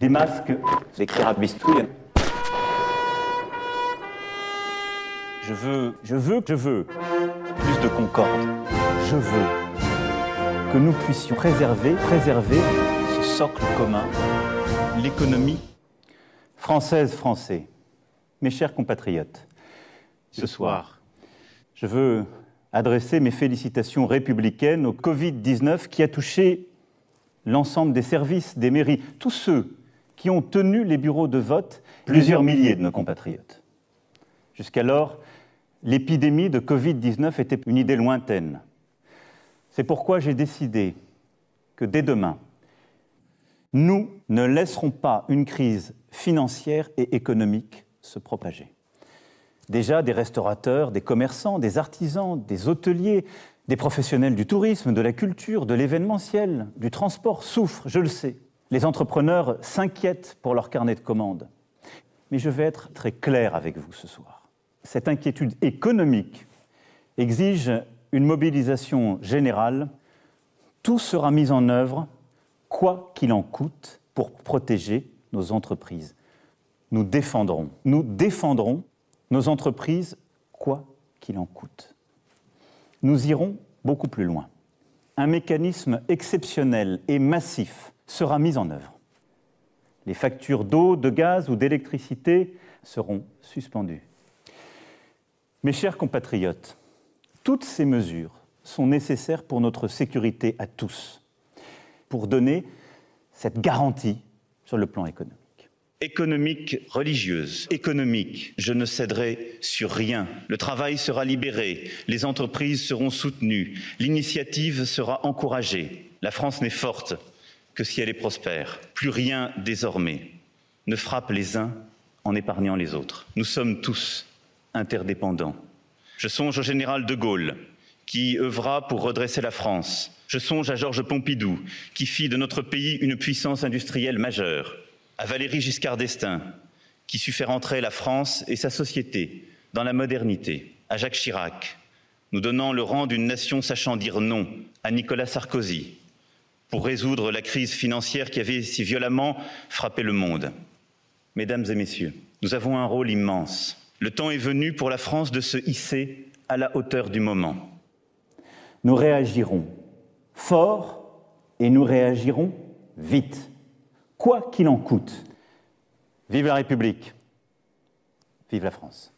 des masques, des carabistouilles. Je veux plus de concorde. Je veux que nous puissions préserver ce socle commun, l'économie française, français. Mes chers compatriotes, ce soir, je veux adresser mes félicitations républicaines au Covid-19 qui a touché l'ensemble des services, des mairies, tous ceux qui ont tenu les bureaux de vote, plusieurs milliers de nos compatriotes. Jusqu'alors, l'épidémie de Covid-19 était une idée lointaine. C'est pourquoi j'ai décidé que dès demain, nous ne laisserons pas une crise financière et économique se propager. Déjà, des restaurateurs, des commerçants, des artisans, des hôteliers, des professionnels du tourisme, de la culture, de l'événementiel, du transport souffrent, je le sais. Les entrepreneurs s'inquiètent pour leur carnet de commandes. Mais je vais être très clair avec vous ce soir. Cette inquiétude économique exige une mobilisation générale. Tout sera mis en œuvre, quoi qu'il en coûte, pour protéger nos entreprises. Nous défendrons nos entreprises, quoi qu'il en coûte. Nous irons beaucoup plus loin. Un mécanisme exceptionnel et massif sera mis en œuvre. Les factures d'eau, de gaz ou d'électricité seront suspendues. Mes chers compatriotes, toutes ces mesures sont nécessaires pour notre sécurité à tous, pour donner cette garantie sur le plan économique. Économique, religieuse, économique, je ne céderai sur rien. Le travail sera libéré, les entreprises seront soutenues, l'initiative sera encouragée. La France n'est forte que si elle est prospère. Plus rien désormais ne frappe les uns en épargnant les autres. Nous sommes tous interdépendants. Je songe au général de Gaulle, qui œuvra pour redresser la France. Je songe à Georges Pompidou, qui fit de notre pays une puissance industrielle majeure. À Valéry Giscard d'Estaing, qui sut faire entrer la France et sa société dans la modernité. À Jacques Chirac, nous donnant le rang d'une nation sachant dire non. À Nicolas Sarkozy, pour résoudre la crise financière qui avait si violemment frappé le monde. Mesdames et messieurs, nous avons un rôle immense. Le temps est venu pour la France de se hisser à la hauteur du moment. Nous réagirons fort et nous réagirons vite. Quoi qu'il en coûte. Vive la République, vive la France.